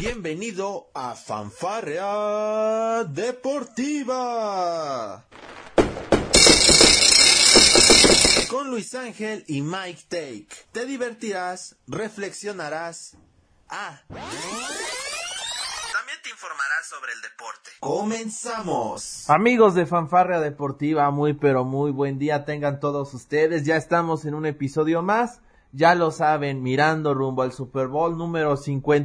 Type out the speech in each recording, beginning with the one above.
Bienvenido a Fanfarria Deportiva. Con Luis Ángel y Mike Take. Te divertirás, reflexionarás. También te informarás sobre el deporte. ¡Comenzamos! Amigos de Fanfarria Deportiva, muy pero muy buen día tengan todos ustedes. Ya estamos en un episodio más. Ya lo saben, mirando rumbo al Super Bowl número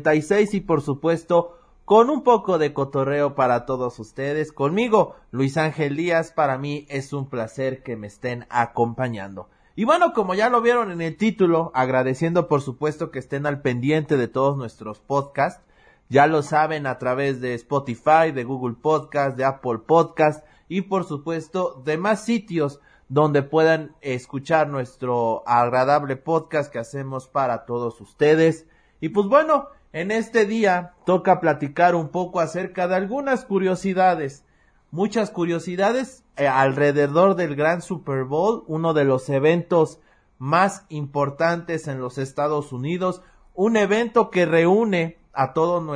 56 y por supuesto con un poco de cotorreo para todos ustedes. Conmigo, Luis Ángel Díaz, para mí es un placer que me estén acompañando. Y bueno, como ya lo vieron en el título, agradeciendo por supuesto que estén al pendiente de todos nuestros podcasts. Ya lo saben a través de Spotify, de Google Podcast, de Apple Podcast y por supuesto de más sitios donde puedan escuchar nuestro agradable podcast que hacemos para todos ustedes. Y pues bueno, en este día toca platicar un poco acerca de algunas curiosidades, muchas curiosidades alrededor del gran Super Bowl, uno de los eventos más importantes en los Estados Unidos, un evento que reúne a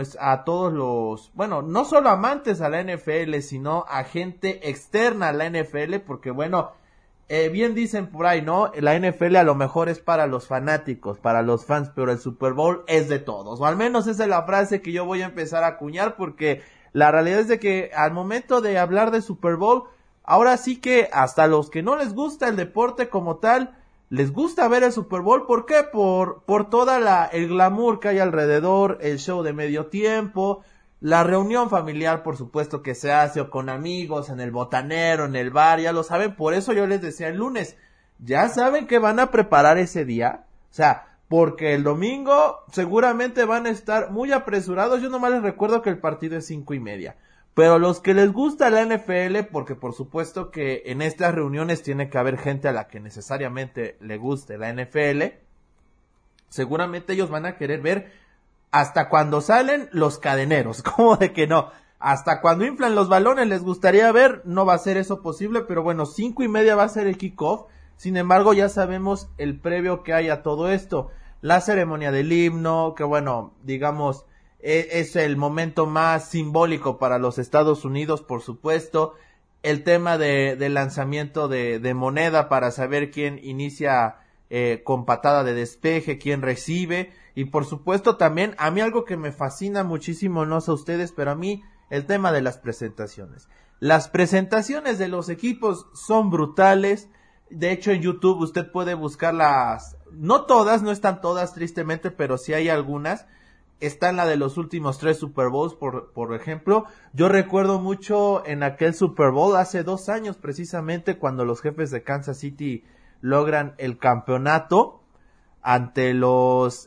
todos los, bueno, no solo amantes a la NFL, sino a gente externa a la NFL, porque bueno, bien dicen por ahí, ¿no? La NFL a lo mejor es para los fanáticos, para los fans, pero el Super Bowl es de todos. O al menos esa es la frase que yo voy a empezar a acuñar, porque la realidad es de que al momento de hablar de Super Bowl, ahora sí que hasta los que no les gusta el deporte como tal, les gusta ver el Super Bowl. ¿Por qué? Por toda el glamour que hay alrededor, el show de medio tiempo, la reunión familiar, por supuesto, que se hace o con amigos, en el botanero, en el bar, ya lo saben. Por eso yo les decía el lunes, ya saben que van a preparar ese día, o sea, porque el domingo seguramente van a estar muy apresurados. Yo nomás les recuerdo que el partido es 5:30, pero los que les gusta la NFL, porque por supuesto que en estas reuniones tiene que haber gente a la que necesariamente le guste la NFL, seguramente ellos van a querer ver hasta cuando salen los cadeneros. ¿Cómo de que no? Hasta cuando inflan los balones les gustaría ver. No va a ser eso posible, pero bueno, 5:30 va a ser el kickoff. Sin embargo, ya sabemos el previo que hay a todo esto. La ceremonia del himno, que bueno, digamos, es el momento más simbólico para los Estados Unidos, por supuesto. El tema del lanzamiento de moneda para saber quién inicia con patada de despeje, quién recibe. Y por supuesto también, a mí algo que me fascina muchísimo, no sé a ustedes, pero a mí el tema de las presentaciones. Las presentaciones de los equipos son brutales. De hecho en YouTube usted puede buscarlas, no todas, no están todas tristemente, pero sí hay algunas. Está en la de los últimos 3 Super Bowls, por ejemplo. Yo recuerdo mucho en aquel Super Bowl hace 2 años precisamente, cuando los Jefes de Kansas City logran el campeonato ante los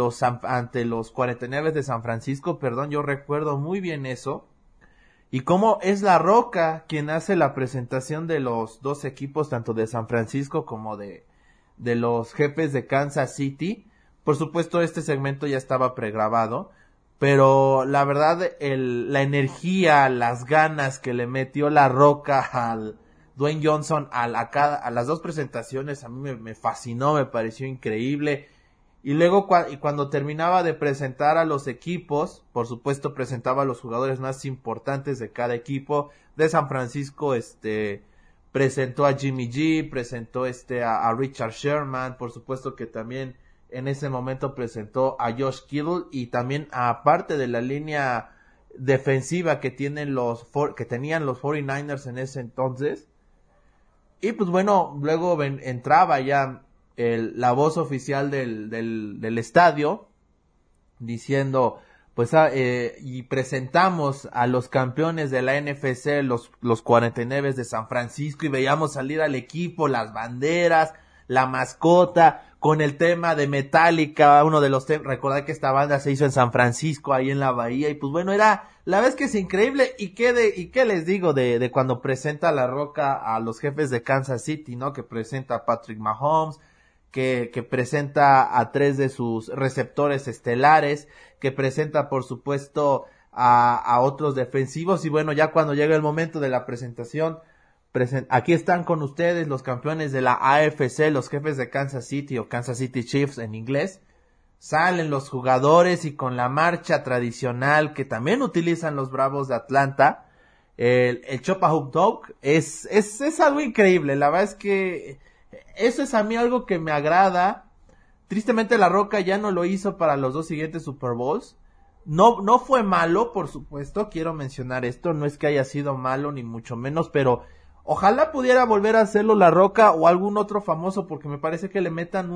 49 de San Francisco, perdón. Yo recuerdo muy bien eso. Y cómo es La Roca quien hace la presentación de los dos equipos, tanto de San Francisco como de los Jefes de Kansas City. Por supuesto, este segmento ya estaba pregrabado, pero la verdad, la energía, las ganas que le metió La Roca al Dwayne Johnson a las dos presentaciones, a mí me fascinó, me pareció increíble. Y luego cuando terminaba de presentar a los equipos, por supuesto presentaba a los jugadores más importantes de cada equipo. De San Francisco, presentó a Jimmy G, presentó a Richard Sherman, por supuesto que también en ese momento presentó a Josh Kittle, y también a parte de la línea defensiva que tenían los 49ers en ese entonces. Y pues bueno, luego entraba ya la voz oficial del estadio diciendo, pues y presentamos a los campeones de la NFC, los 49 de San Francisco, y veíamos salir al equipo, las banderas, la mascota, con el tema de Metallica, uno de los temas. Recordad que esta banda se hizo en San Francisco, ahí en la bahía, y pues bueno, la verdad es que es increíble. Y qué les digo de cuando presenta La Roca a los Jefes de Kansas City, ¿no? Que presenta a Patrick Mahomes, que presenta a 3 de sus receptores estelares, que presenta por supuesto a otros defensivos. Y bueno, ya cuando llega el momento de la presentación, aquí están con ustedes los campeones de la AFC, los Jefes de Kansas City, o Kansas City Chiefs en inglés. salen los jugadores y con la marcha tradicional que también utilizan los Bravos de Atlanta, el Chopa Hop Dog, es algo increíble. La verdad es que eso es a mí algo que me agrada. Tristemente La Roca ya no lo hizo para los 2 siguientes Super Bowls. No fue malo, por supuesto, quiero mencionar esto, no es que haya sido malo ni mucho menos, pero ojalá pudiera volver a hacerlo La Roca o algún otro famoso, porque me parece que le meten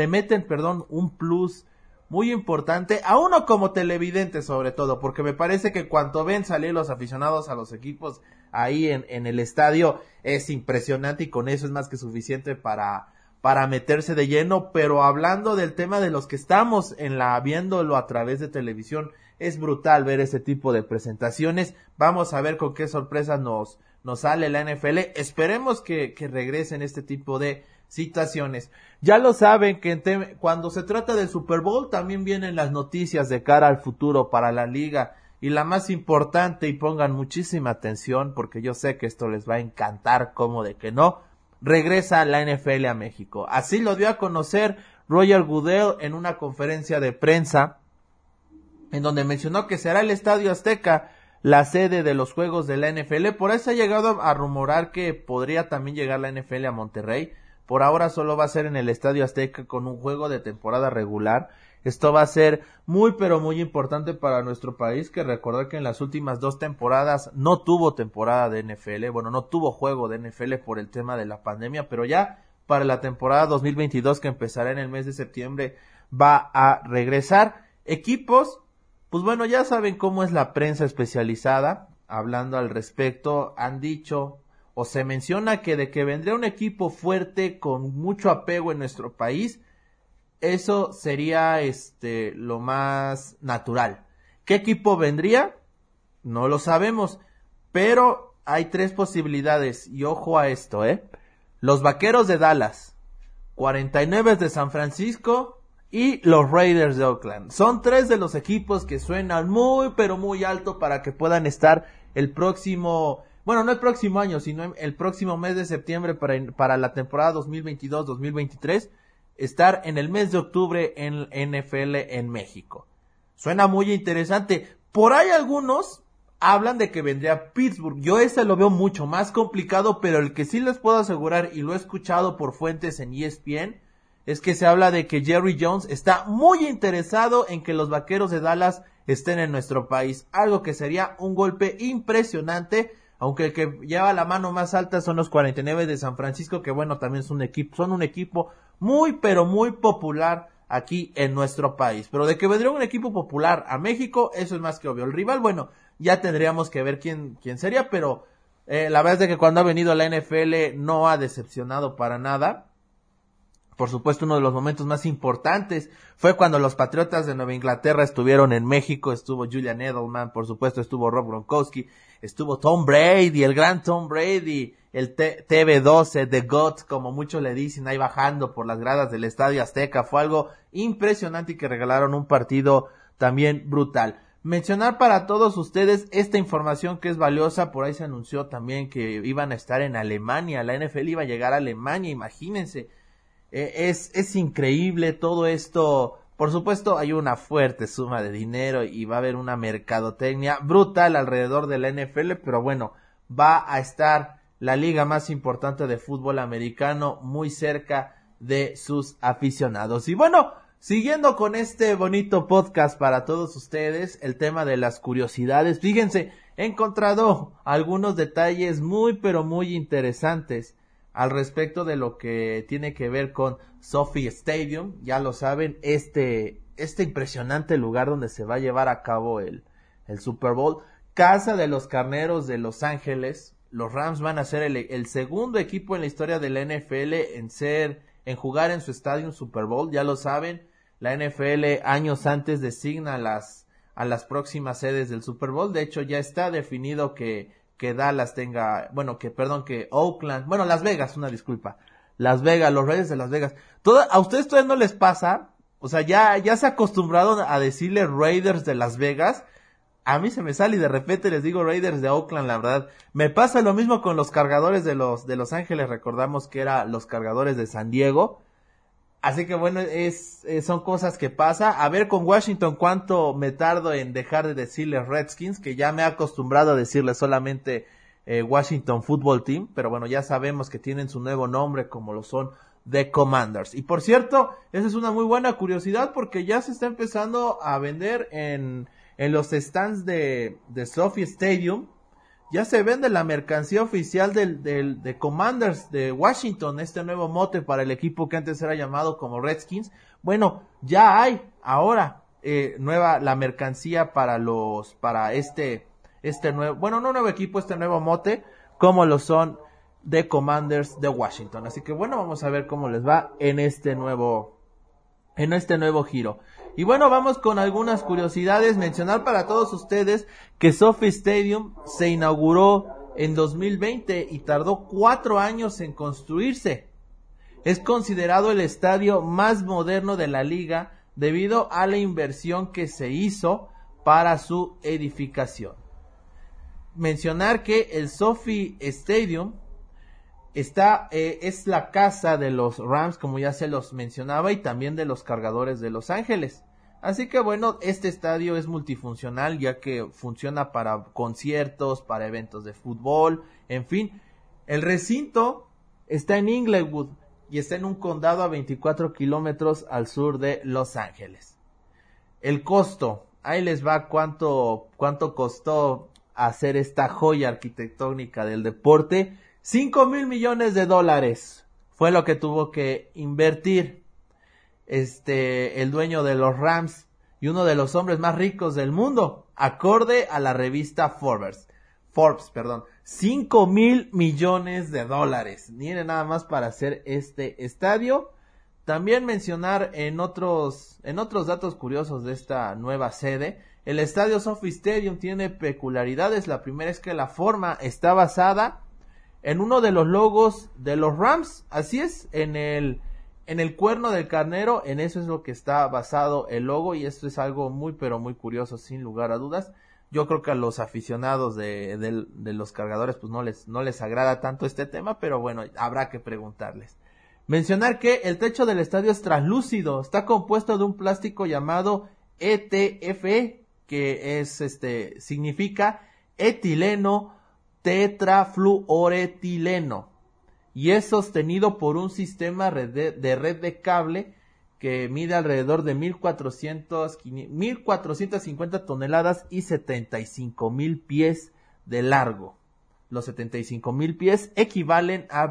un plus muy importante a uno como televidente, sobre todo, porque me parece que cuando ven salir los aficionados a los equipos ahí en el estadio es impresionante, y con eso es más que suficiente para meterse de lleno. Pero hablando del tema de los que estamos viéndolo a través de televisión, es brutal ver ese tipo de presentaciones. Vamos a ver con qué sorpresas nos sale la NFL. Esperemos que regresen este tipo de situaciones. Ya lo saben que cuando se trata del Super Bowl también vienen las noticias de cara al futuro para la liga, y la más importante, y pongan muchísima atención porque yo sé que esto les va a encantar, como de que no, regresa la NFL a México. Así lo dio a conocer Roger Goodell en una conferencia de prensa, en donde mencionó que será el Estadio Azteca la sede de los juegos de la NFL. Por eso ha llegado a rumorar que podría también llegar la NFL a Monterrey. Por ahora solo va a ser en el Estadio Azteca con un juego de temporada regular. Esto va a ser muy pero muy importante para nuestro país, que recordar que en las últimas 2 temporadas no tuvo temporada de NFL, no tuvo juego de NFL por el tema de la pandemia, pero ya para la temporada 2022, que empezará en el mes de septiembre, va a regresar. Equipos, pues bueno, ya saben cómo es la prensa especializada, hablando al respecto, han dicho o se menciona que de que vendría un equipo fuerte con mucho apego en nuestro país, eso sería lo más natural. ¿Qué equipo vendría? No lo sabemos, pero hay 3 posibilidades, y ojo a esto, los Vaqueros de Dallas, 49 de San Francisco y los Raiders de Oakland. Son 3 de los equipos que suenan muy pero muy alto para que puedan estar el próximo, no el próximo año, sino el próximo mes de septiembre para la temporada 2022-2023, estar en el mes de octubre en NFL en México. Suena muy interesante. Por ahí algunos hablan de que vendría Pittsburgh. Yo ese lo veo mucho más complicado, pero el que sí les puedo asegurar, y lo he escuchado por fuentes en ESPN, es que se habla de que Jerry Jones está muy interesado en que los Vaqueros de Dallas estén en nuestro país. Algo que sería un golpe impresionante, aunque el que lleva la mano más alta son los 49 de San Francisco, que también son un equipo muy pero muy popular aquí en nuestro país. Pero de que vendría un equipo popular a México, eso es más que obvio. El rival, ya tendríamos que ver quién sería, pero la verdad es que cuando ha venido a la NFL no ha decepcionado para nada. Por supuesto, uno de los momentos más importantes fue cuando los Patriotas de Nueva Inglaterra estuvieron en México. Estuvo Julian Edelman, por supuesto estuvo Rob Gronkowski, estuvo Tom Brady, el gran Tom Brady, el TB12, The GOAT, como muchos le dicen, ahí bajando por las gradas del Estadio Azteca. Fue algo impresionante, y que regalaron un partido también brutal. Mencionar para todos ustedes esta información que es valiosa. Por ahí se anunció también que iban a estar en Alemania, la NFL iba a llegar a Alemania, imagínense. Es increíble todo esto. Por supuesto hay una fuerte suma de dinero y va a haber una mercadotecnia brutal alrededor de la NFL, pero va a estar la liga más importante de fútbol americano muy cerca de sus aficionados. Y siguiendo con este bonito podcast para todos ustedes, el tema de las curiosidades. Fíjense, he encontrado algunos detalles muy pero muy interesantes al respecto de lo que tiene que ver con SoFi Stadium. Ya lo saben, este impresionante lugar donde se va a llevar a cabo el Super Bowl, casa de los Carneros de Los Ángeles. Los Rams van a ser el segundo equipo en la historia de la NFL en jugar en su estadio un Super Bowl. Ya lo saben, la NFL años antes designa a las próximas sedes del Super Bowl. De hecho, ya está definido que Dallas tenga, que Oakland, Las Vegas, Las Vegas, los Raiders de Las Vegas. ¿A ustedes todavía no les pasa? O sea, ya se acostumbraron a decirle Raiders de Las Vegas. A mí se me sale y de repente les digo Raiders de Oakland, la verdad. Me pasa lo mismo con los Cargadores de Los Ángeles. Recordamos que eran los Cargadores de San Diego. Así que bueno, son cosas que pasa. A ver con Washington cuánto me tardo en dejar de decirles Redskins, que ya me he acostumbrado a decirles solamente Washington Football Team, pero bueno, ya sabemos que tienen su nuevo nombre como lo son The Commanders. Y por cierto, esa es una muy buena curiosidad porque ya se está empezando a vender en los stands de SoFi Stadium. Ya se vende la mercancía oficial de Commanders de Washington, este nuevo mote para el equipo que antes era llamado como Redskins. Bueno, ya hay ahora la mercancía para este nuevo, bueno, no nuevo equipo, este nuevo mote, como lo son de Commanders de Washington. Así que bueno, vamos a ver cómo les va en este nuevo giro. Y bueno, vamos con algunas curiosidades. Mencionar para todos ustedes que SoFi Stadium se inauguró en 2020 y tardó 4 años en construirse. Es considerado el estadio más moderno de la liga debido a la inversión que se hizo para su edificación. Mencionar que el SoFi Stadium es la casa de los Rams, como ya se los mencionaba, y también de los Cargadores de Los Ángeles. Así que bueno, este estadio es multifuncional, ya que funciona para conciertos, para eventos de fútbol, en fin. El recinto está en Inglewood y está en un condado a 24 kilómetros al sur de Los Ángeles. El costo, ahí les va cuánto costó hacer esta joya arquitectónica del deporte. $5,000 millones fue lo que tuvo que invertir el dueño de los Rams y uno de los hombres más ricos del mundo, acorde a la revista Forbes, $5,000 millones. Miren nada más para hacer este estadio. También mencionar en otros datos curiosos de esta nueva sede, el estadio SoFi Stadium tiene peculiaridades. La primera es que la forma está basada en uno de los logos de los Rams, así es, en el cuerno del carnero, en eso es lo que está basado el logo, y esto es algo muy pero muy curioso, sin lugar a dudas. Yo creo que a los aficionados de los Cargadores pues no les agrada tanto este tema, pero bueno, habrá que preguntarles. Mencionar que el techo del estadio es translúcido, está compuesto de un plástico llamado ETFE, que significa etileno tetrafluoretileno, y es sostenido por un sistema de red de cable que mide alrededor de 1,450 toneladas y 75,000 pies de largo. Los 75,000 pies equivalen a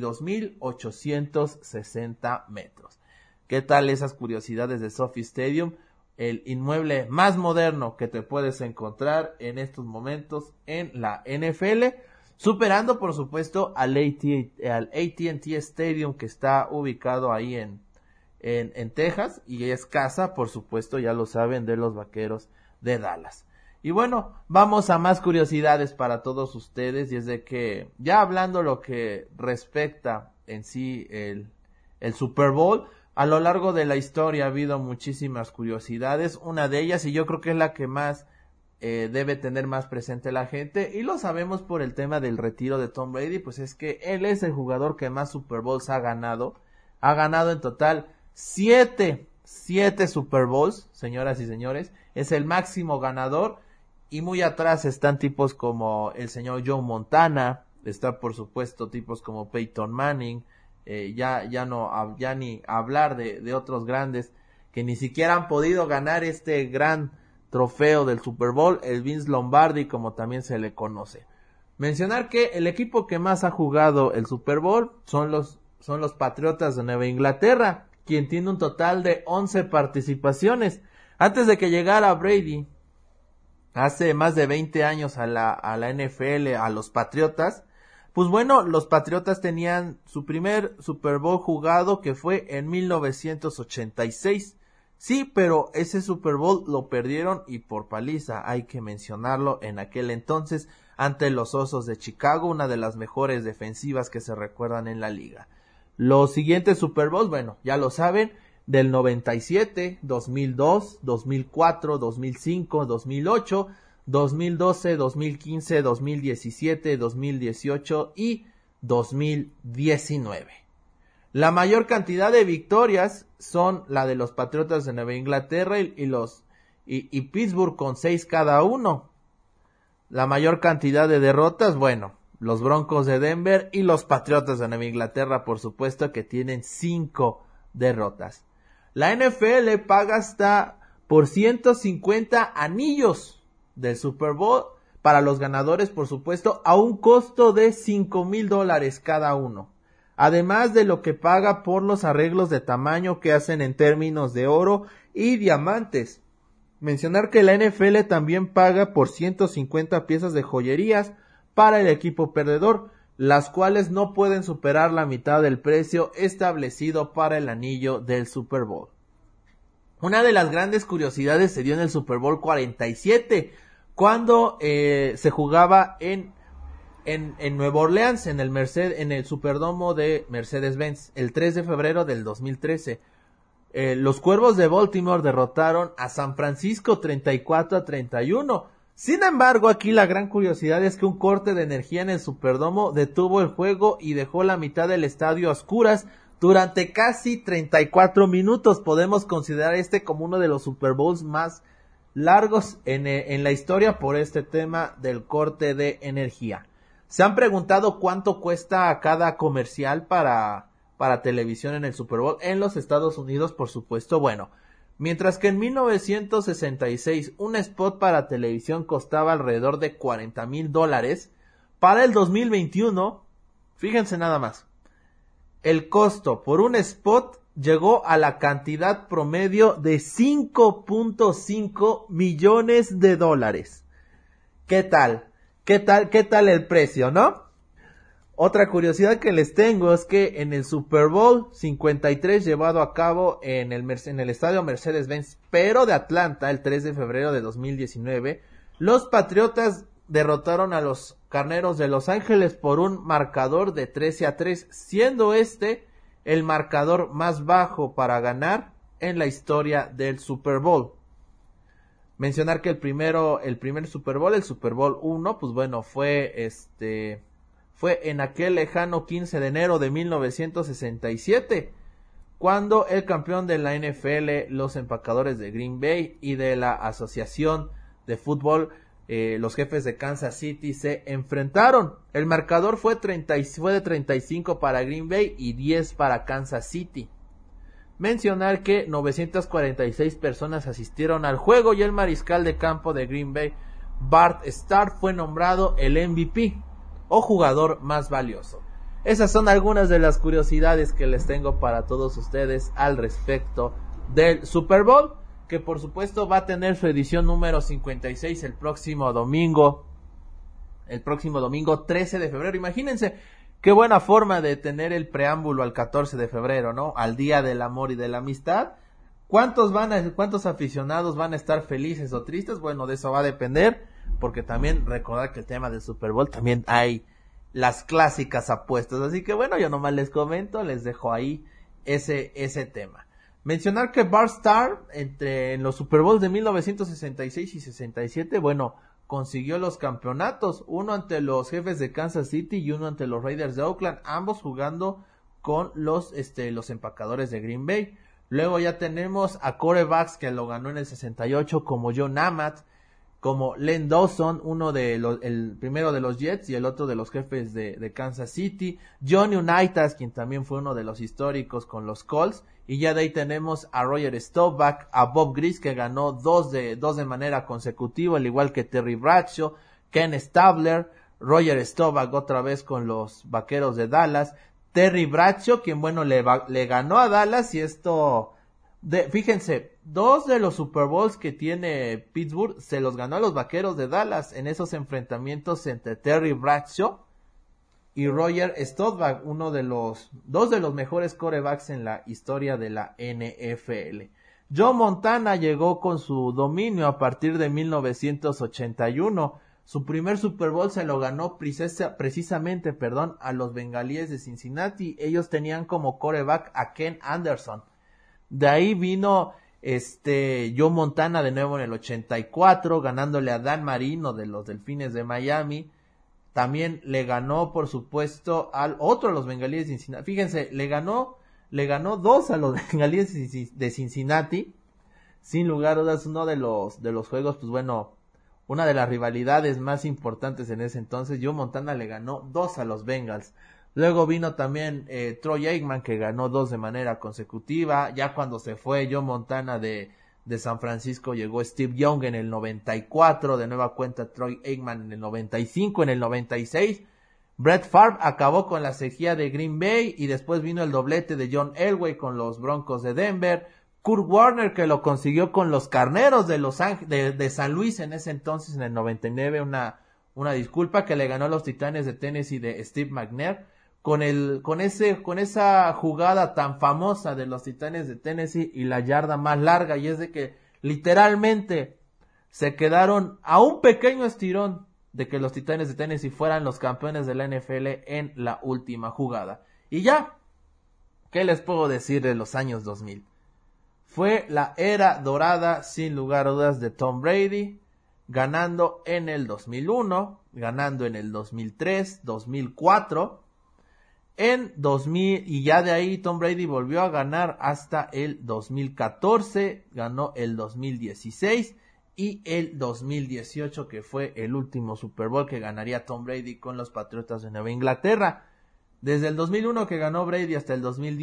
22,860 metros. ¿Qué tal esas curiosidades de SoFi Stadium? El inmueble más moderno que te puedes encontrar en estos momentos en la NFL, superando por supuesto al AT&T Stadium, que está ubicado ahí en Texas, y es casa, por supuesto, ya lo saben, de los Vaqueros de Dallas. Y bueno, vamos a más curiosidades para todos ustedes, y es de que ya hablando lo que respecta en sí el Super Bowl, a lo largo de la historia ha habido muchísimas curiosidades. Una de ellas, y yo creo que es la que más debe tener más presente la gente, y lo sabemos por el tema del retiro de Tom Brady, pues es que él es el jugador que más Super Bowls ha ganado. Ha ganado en total 7 Super Bowls, señoras y señores. Es el máximo ganador, y muy atrás están tipos como el señor Joe Montana, está por supuesto tipos como Peyton Manning, ya ni hablar de otros grandes que ni siquiera han podido ganar este gran trofeo del Super Bowl, el Vince Lombardi, como también se le conoce. Mencionar que el equipo que más ha jugado el Super Bowl son los Patriotas de Nueva Inglaterra, quien tiene un total de 11 participaciones. Antes de que llegara Brady, hace más de 20 años a la NFL, a los Patriotas, pues bueno, los Patriotas tenían su primer Super Bowl jugado, que fue en 1986. Sí, pero ese Super Bowl lo perdieron, y por paliza, hay que mencionarlo, en aquel entonces, ante los Osos de Chicago, una de las mejores defensivas que se recuerdan en la liga. Los siguientes Super Bowls, bueno, ya lo saben, del 97, 2002, 2004, 2005, 2008, 2012, 2015, 2017, 2018 y 2019. La mayor cantidad de victorias son la de los Patriotas de Nueva Inglaterra y Pittsburgh con 6 cada uno. La mayor cantidad de derrotas, bueno, los Broncos de Denver y los Patriotas de Nueva Inglaterra, por supuesto, que tienen 5 derrotas. La NFL paga hasta por 150 anillos del Super Bowl para los ganadores, por supuesto, a un costo de $5,000 cada uno. Además de lo que paga por los arreglos de tamaño que hacen en términos de oro y diamantes. Mencionar que la NFL también paga por 150 piezas de joyerías para el equipo perdedor, las cuales no pueden superar la mitad del precio establecido para el anillo del Super Bowl. Una de las grandes curiosidades se dio en el Super Bowl 47, cuando se jugaba en Nueva Orleans, en el Superdomo de Mercedes-Benz, el 3 de febrero del 2013. Los Cuervos de Baltimore derrotaron a San Francisco 34-31. Sin embargo, aquí la gran curiosidad es que un corte de energía en el Superdomo detuvo el juego y dejó la mitad del estadio a oscuras durante casi 34 minutos. Podemos considerar este como uno de los Super Bowls más largos en la historia por este tema del corte de energía. ¿Se han preguntado cuánto cuesta cada comercial para televisión en el Super Bowl en los Estados Unidos? Por supuesto, bueno, mientras que en 1966 un spot para televisión costaba alrededor de $40,000, para el 2021, fíjense nada más, el costo por un spot llegó a la cantidad promedio de $5.5 millones. ¿Qué tal? ¿Qué tal el precio, no? Otra curiosidad que les tengo es que en el Super Bowl 53 llevado a cabo en el estadio Mercedes-Benz, pero de Atlanta, el 3 de febrero de 2019, los Patriotas derrotaron a los Carneros de Los Ángeles por un marcador de 13-3, siendo este el marcador más bajo para ganar en la historia del Super Bowl. Mencionar que el primer Super Bowl, el Super Bowl 1, pues bueno, fue en aquel lejano 15 de enero de 1967, cuando el campeón de la NFL, los Empacadores de Green Bay, y de la Asociación de Fútbol, los Jefes de Kansas City, se enfrentaron. El marcador fue de 35 para Green Bay y 10 para Kansas City. Mencionar que 946 personas asistieron al juego y el mariscal de campo de Green Bay, Bart Starr, fue nombrado el MVP o jugador más valioso. Esas son algunas de las curiosidades que les tengo para todos ustedes al respecto del Super Bowl, que por supuesto va a tener su edición número 56 el próximo domingo 13 de febrero. Imagínense qué buena forma de tener el preámbulo al 14 de febrero, ¿no? Al Día del Amor y de la Amistad. ¿Cuántos aficionados van a estar felices o tristes? Bueno, de eso va a depender, porque también recordar que el tema del Super Bowl también hay las clásicas apuestas. Así que bueno, yo nomás les comento, les dejo ahí ese tema. Mencionar que Bart Starr, en los Super Bowls de 1966 y 67, bueno, consiguió los campeonatos, uno ante los Jefes de Kansas City y uno ante los Raiders de Oakland, ambos jugando con los Empacadores de Green Bay. Luego ya tenemos a quarterbacks que lo ganó en el 68, como John Namath, como Len Dawson, el primero de los Jets y el otro de los Jefes de Kansas City, Johnny Unitas, quien también fue uno de los históricos con los Colts, y ya de ahí tenemos a Roger Staubach, a Bob Gris, que ganó dos de manera consecutiva, al igual que Terry Bradshaw, Ken Stabler, Roger Staubach otra vez con los Vaqueros de Dallas, Terry Bradshaw, quien bueno le ganó a Dallas, y esto, fíjense, 2 de los Super Bowls que tiene Pittsburgh se los ganó a los Vaqueros de Dallas en esos enfrentamientos entre Terry Bradshaw y Roger Staubach, dos de los mejores quarterbacks en la historia de la NFL. Joe Montana llegó con su dominio a partir de 1981. Su primer Super Bowl se lo ganó precisamente a los Bengalíes de Cincinnati. Ellos tenían como quarterback a Ken Anderson. De ahí vino Joe Montana de nuevo en el 84, ganándole a Dan Marino de los Delfines de Miami. También le ganó, por supuesto, al otro de los Bengalíes de Cincinnati. Fíjense, le ganó le ganó 2 a los Bengalíes de Cincinnati. Sin lugar a dudas, uno de los juegos, pues bueno, una de las rivalidades más importantes en ese entonces. Joe Montana le ganó 2 a los Bengals. Luego vino también Troy Aikman, que ganó 2 de manera consecutiva. Ya cuando se fue Joe Montana de San Francisco, llegó Steve Young en el 94, de nueva cuenta Troy Aikman en el 95, en el 96. Brett Favre acabó con la sequía de Green Bay y después vino el doblete de John Elway con los Broncos de Denver. Kurt Warner, que lo consiguió con los Carneros de San Luis en ese entonces, en el 99, una disculpa, que le ganó a los Titanes de Tennessee de Steve McNair. Con esa jugada tan famosa de los Titanes de Tennessee y la yarda más larga, y es de que literalmente se quedaron a un pequeño estirón de que los Titanes de Tennessee fueran los campeones de la NFL en la última jugada. Y ya, ¿qué les puedo decir de los años 2000? Fue la era dorada, sin lugar a dudas, de Tom Brady, ganando en el 2001, ganando en el 2003, 2004, en 2000, y ya de ahí Tom Brady volvió a ganar hasta el 2014, ganó el 2016 y el 2018, que fue el último Super Bowl que ganaría Tom Brady con los Patriotas de Nueva Inglaterra. Desde el 2001 que ganó Brady hasta el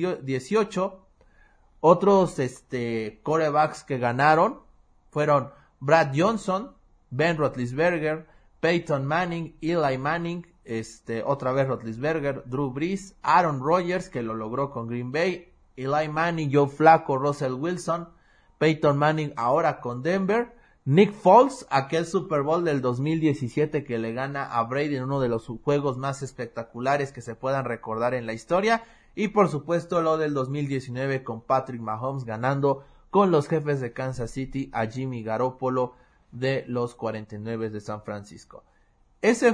2018, otros quarterbacks que ganaron fueron Brad Johnson, Ben Roethlisberger, Peyton Manning, Eli Manning, otra vez Roethlisberger, Drew Brees, Aaron Rodgers, que lo logró con Green Bay, Eli Manning, Joe Flacco, Russell Wilson, Peyton Manning ahora con Denver, Nick Foles, aquel Super Bowl del 2017 que le gana a Brady en uno de los juegos más espectaculares que se puedan recordar en la historia, y por supuesto lo del 2019 con Patrick Mahomes ganando con los Jefes de Kansas City a Jimmy Garoppolo de los 49 de San Francisco. Ese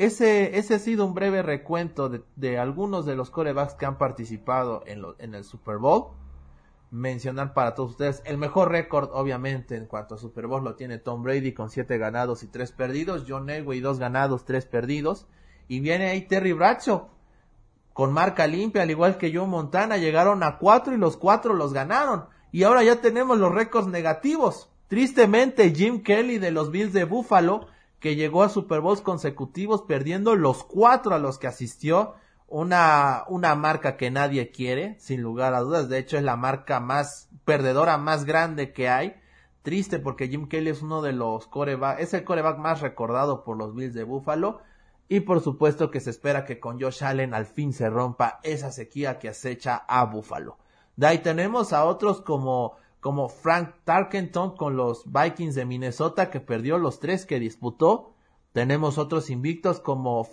ha sido un breve recuento de algunos de los quarterbacks que han participado en el Super Bowl. Mencionar para todos ustedes, el mejor récord obviamente en cuanto a Super Bowl lo tiene Tom Brady con 7 ganados y 3 perdidos, John Elway 2 ganados, 3 perdidos, y viene ahí Terry Bradshaw con marca limpia, al igual que Joe Montana, llegaron a 4 y los 4 los ganaron, y ahora ya tenemos los récords negativos. Tristemente, Jim Kelly de los Bills de Buffalo, que llegó a Super Bowls consecutivos perdiendo los 4 a los que asistió, una marca que nadie quiere, sin lugar a dudas. De hecho, es la marca más perdedora, más grande que hay. Triste, porque Jim Kelly es uno de los es el quarterback más recordado por los Bills de Buffalo, y por supuesto que se espera que con Josh Allen al fin se rompa esa sequía que acecha a Buffalo. De ahí tenemos a otros como Frank Tarkenton con los Vikings de Minnesota, que perdió los 3 que disputó. Tenemos otros invictos como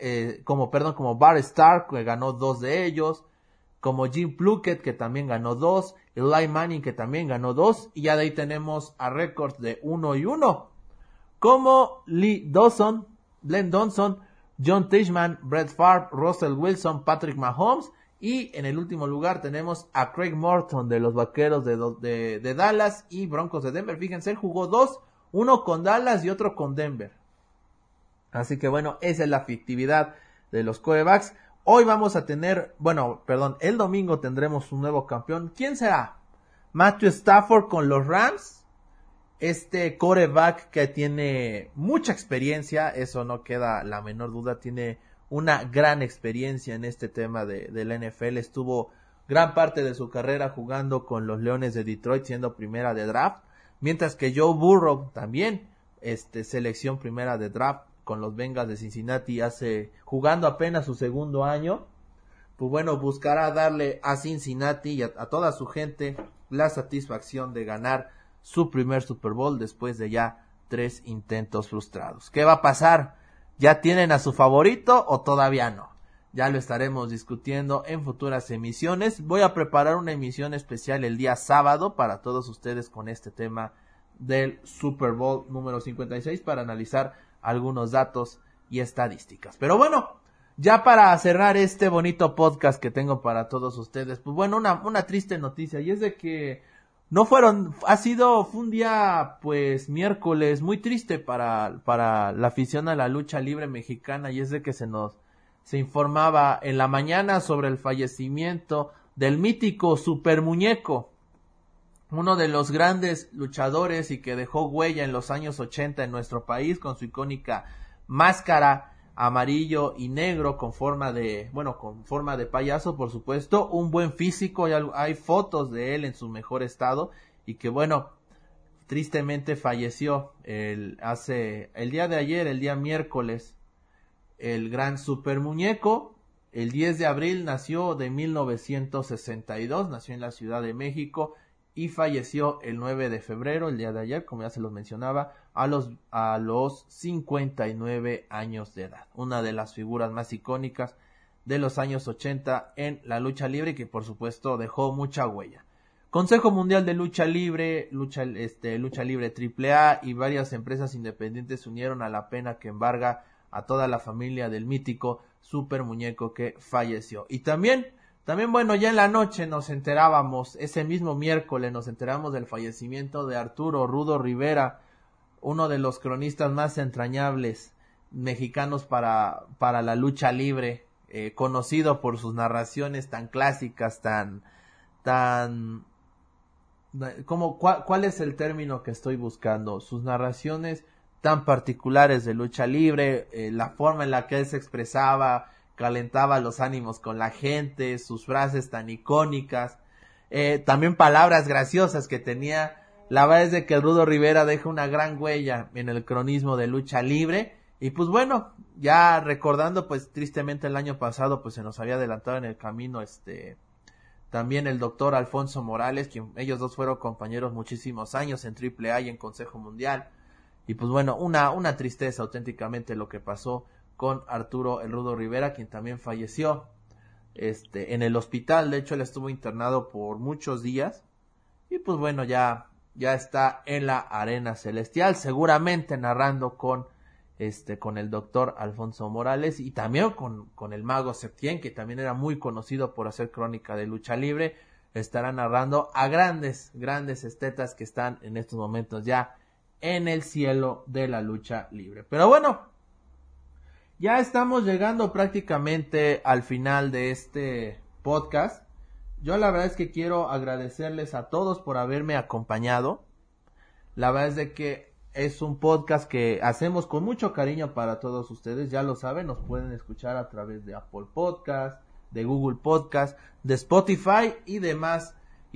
Bart Starr, que ganó 2 de ellos, como Jim Plunkett, que también ganó 2, Eli Manning, que también ganó 2, y ya de ahí tenemos a récords de 1-1, como Lee Dawson, Glenn Johnson, John Tishman, Brett Favre, Russell Wilson, Patrick Mahomes, y en el último lugar tenemos a Craig Morton de los Vaqueros de Dallas y Broncos de Denver. Fíjense, él jugó 2, uno con Dallas y otro con Denver. Así que bueno, esa es la fictividad de los quarterbacks. Hoy vamos a tener, el domingo tendremos un nuevo campeón. ¿Quién será? Matthew Stafford con los Rams. Este quarterback que tiene mucha experiencia, eso no queda la menor duda, tiene una gran experiencia en este tema de la NFL. Estuvo gran parte de su carrera jugando con los Leones de Detroit, siendo primera de draft, mientras que Joe Burrow también selección primera de draft con los Bengals de Cincinnati, jugando apenas su segundo año. Pues bueno, buscará darle a Cincinnati y a toda su gente la satisfacción de ganar su primer Super Bowl después de ya 3 intentos frustrados. ¿Qué va a pasar? ¿Ya tienen a su favorito o todavía no? Ya lo estaremos discutiendo en futuras emisiones. Voy a preparar una emisión especial el día sábado para todos ustedes con este tema del Super Bowl número 56 para analizar algunos datos y estadísticas. Pero bueno, ya para cerrar este bonito podcast que tengo para todos ustedes, pues bueno, una triste noticia, y es de que fue un día pues miércoles muy triste para la afición a la lucha libre mexicana, y es de que se informaba en la mañana sobre el fallecimiento del mítico Super Muñeco, uno de los grandes luchadores y que dejó huella en los años 80 en nuestro país con su icónica máscara amarillo y negro con forma de payaso, por supuesto, un buen físico, hay fotos de él en su mejor estado y que bueno, tristemente falleció el día de ayer, el día miércoles, el gran Super Muñeco. El 10 de abril nació de 1962, nació en la Ciudad de México y falleció el 9 de febrero, el día de ayer, como ya se los mencionaba, a los 59 años de edad. Una de las figuras más icónicas de los años 80 en la lucha libre y que por supuesto dejó mucha huella. Consejo Mundial de Lucha Libre, Lucha Libre AAA y varias empresas independientes se unieron a la pena que embarga a toda la familia del mítico Super Muñeco que falleció. Y también bueno, ya en la noche nos enterábamos, ese mismo miércoles nos enteramos del fallecimiento de Arturo Rudo Rivera, uno de los cronistas más entrañables mexicanos para la lucha libre, conocido por sus narraciones tan clásicas, ¿cuál es el término que estoy buscando? Sus narraciones tan particulares de lucha libre, la forma en la que él se expresaba, calentaba los ánimos con la gente, sus frases tan icónicas, también palabras graciosas que tenía. La verdad es de que el Rudo Rivera deja una gran huella en el cronismo de lucha libre. Y pues bueno, ya recordando, pues tristemente el año pasado pues se nos había adelantado en el camino también el doctor Alfonso Morales, quien ellos dos fueron compañeros muchísimos años en AAA y en Consejo Mundial. Y pues bueno, una tristeza auténticamente lo que pasó con Arturo el Rudo Rivera, quien también falleció en el hospital. De hecho, él estuvo internado por muchos días. Y pues bueno, ya está en la arena celestial, seguramente narrando con el doctor Alfonso Morales y también con el mago Septién, que también era muy conocido por hacer crónica de lucha libre. Estará narrando a grandes estetas que están en estos momentos ya en el cielo de la lucha libre. Pero bueno, ya estamos llegando prácticamente al final de este podcast. Yo la verdad es que quiero agradecerles a todos por haberme acompañado. La verdad es de que es un podcast que hacemos con mucho cariño para todos ustedes. Ya lo saben, nos pueden escuchar a través de Apple Podcast, de Google Podcast, de Spotify y demás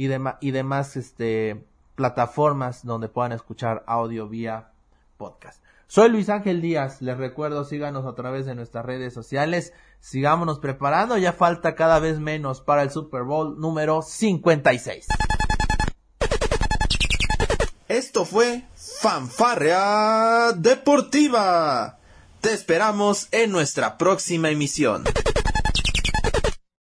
plataformas donde puedan escuchar audio vía podcast. Soy Luis Ángel Díaz, les recuerdo, síganos a través de nuestras redes sociales, sigámonos preparando, ya falta cada vez menos para el Super Bowl número 56. Esto fue Fanfarria Deportiva. Te esperamos en nuestra próxima emisión.